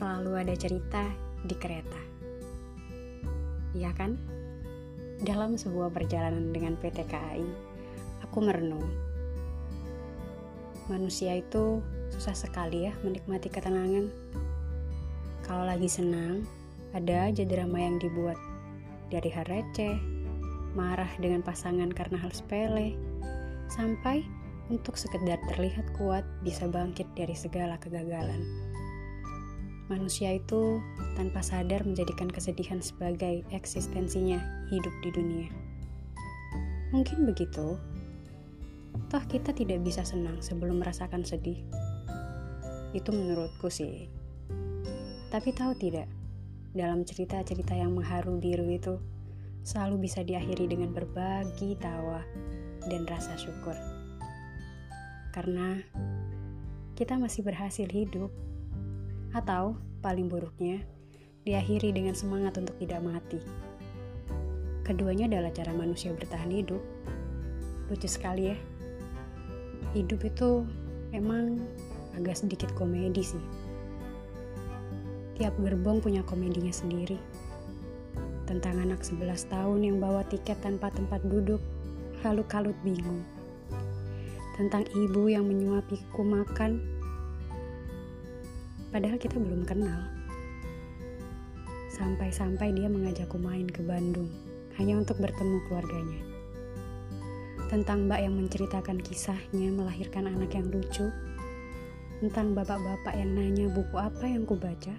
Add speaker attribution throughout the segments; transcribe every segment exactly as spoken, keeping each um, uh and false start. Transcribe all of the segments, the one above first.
Speaker 1: selalu ada cerita di kereta. Iya kan? Dalam sebuah perjalanan dengan P T K A I, aku merenung. Manusia itu susah sekali ya menikmati ketenangan. Kalau lagi senang, ada aja drama yang dibuat. Dari hal receh, marah dengan pasangan karena hal sepele, sampai untuk sekedar terlihat kuat bisa bangkit dari segala kegagalan. Manusia itu tanpa sadar menjadikan kesedihan sebagai eksistensinya hidup di dunia. Mungkin begitu. Toh kita tidak bisa senang sebelum merasakan sedih. Itu menurutku sih. Tapi tahu tidak, dalam cerita-cerita yang mengharu biru itu selalu bisa diakhiri dengan berbagi tawa dan rasa syukur. Karena kita masih berhasil hidup. Atau paling buruknya, diakhiri dengan semangat untuk tidak mati. Keduanya adalah cara manusia bertahan hidup. Lucu sekali ya. Hidup itu emang agak sedikit komedi sih. Tiap gerbong punya komedinya sendiri. Tentang anak sebelas tahun yang bawa tiket tanpa tempat duduk, lalu kalut bingung. Tentang ibu yang menyuapiku makan, padahal kita belum kenal. Sampai-sampai dia mengajakku main ke Bandung, hanya untuk bertemu keluarganya. Tentang mbak yang menceritakan kisahnya melahirkan anak yang lucu. Tentang bapak-bapak yang nanya buku apa yang kubaca.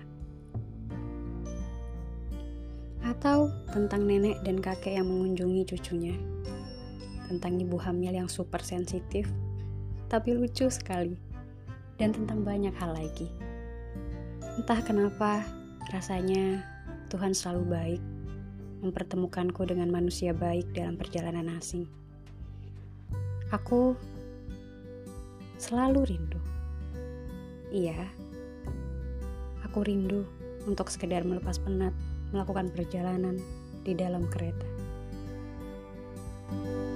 Speaker 1: Atau tentang nenek dan kakek yang mengunjungi cucunya. Tentang ibu hamil yang super sensitif, tapi lucu sekali. Dan tentang banyak hal lagi. Entah kenapa, rasanya Tuhan selalu baik, mempertemukanku dengan manusia baik dalam perjalanan asing. Aku selalu rindu. Iya, aku rindu untuk sekedar melepas penat, melakukan perjalanan di dalam kereta.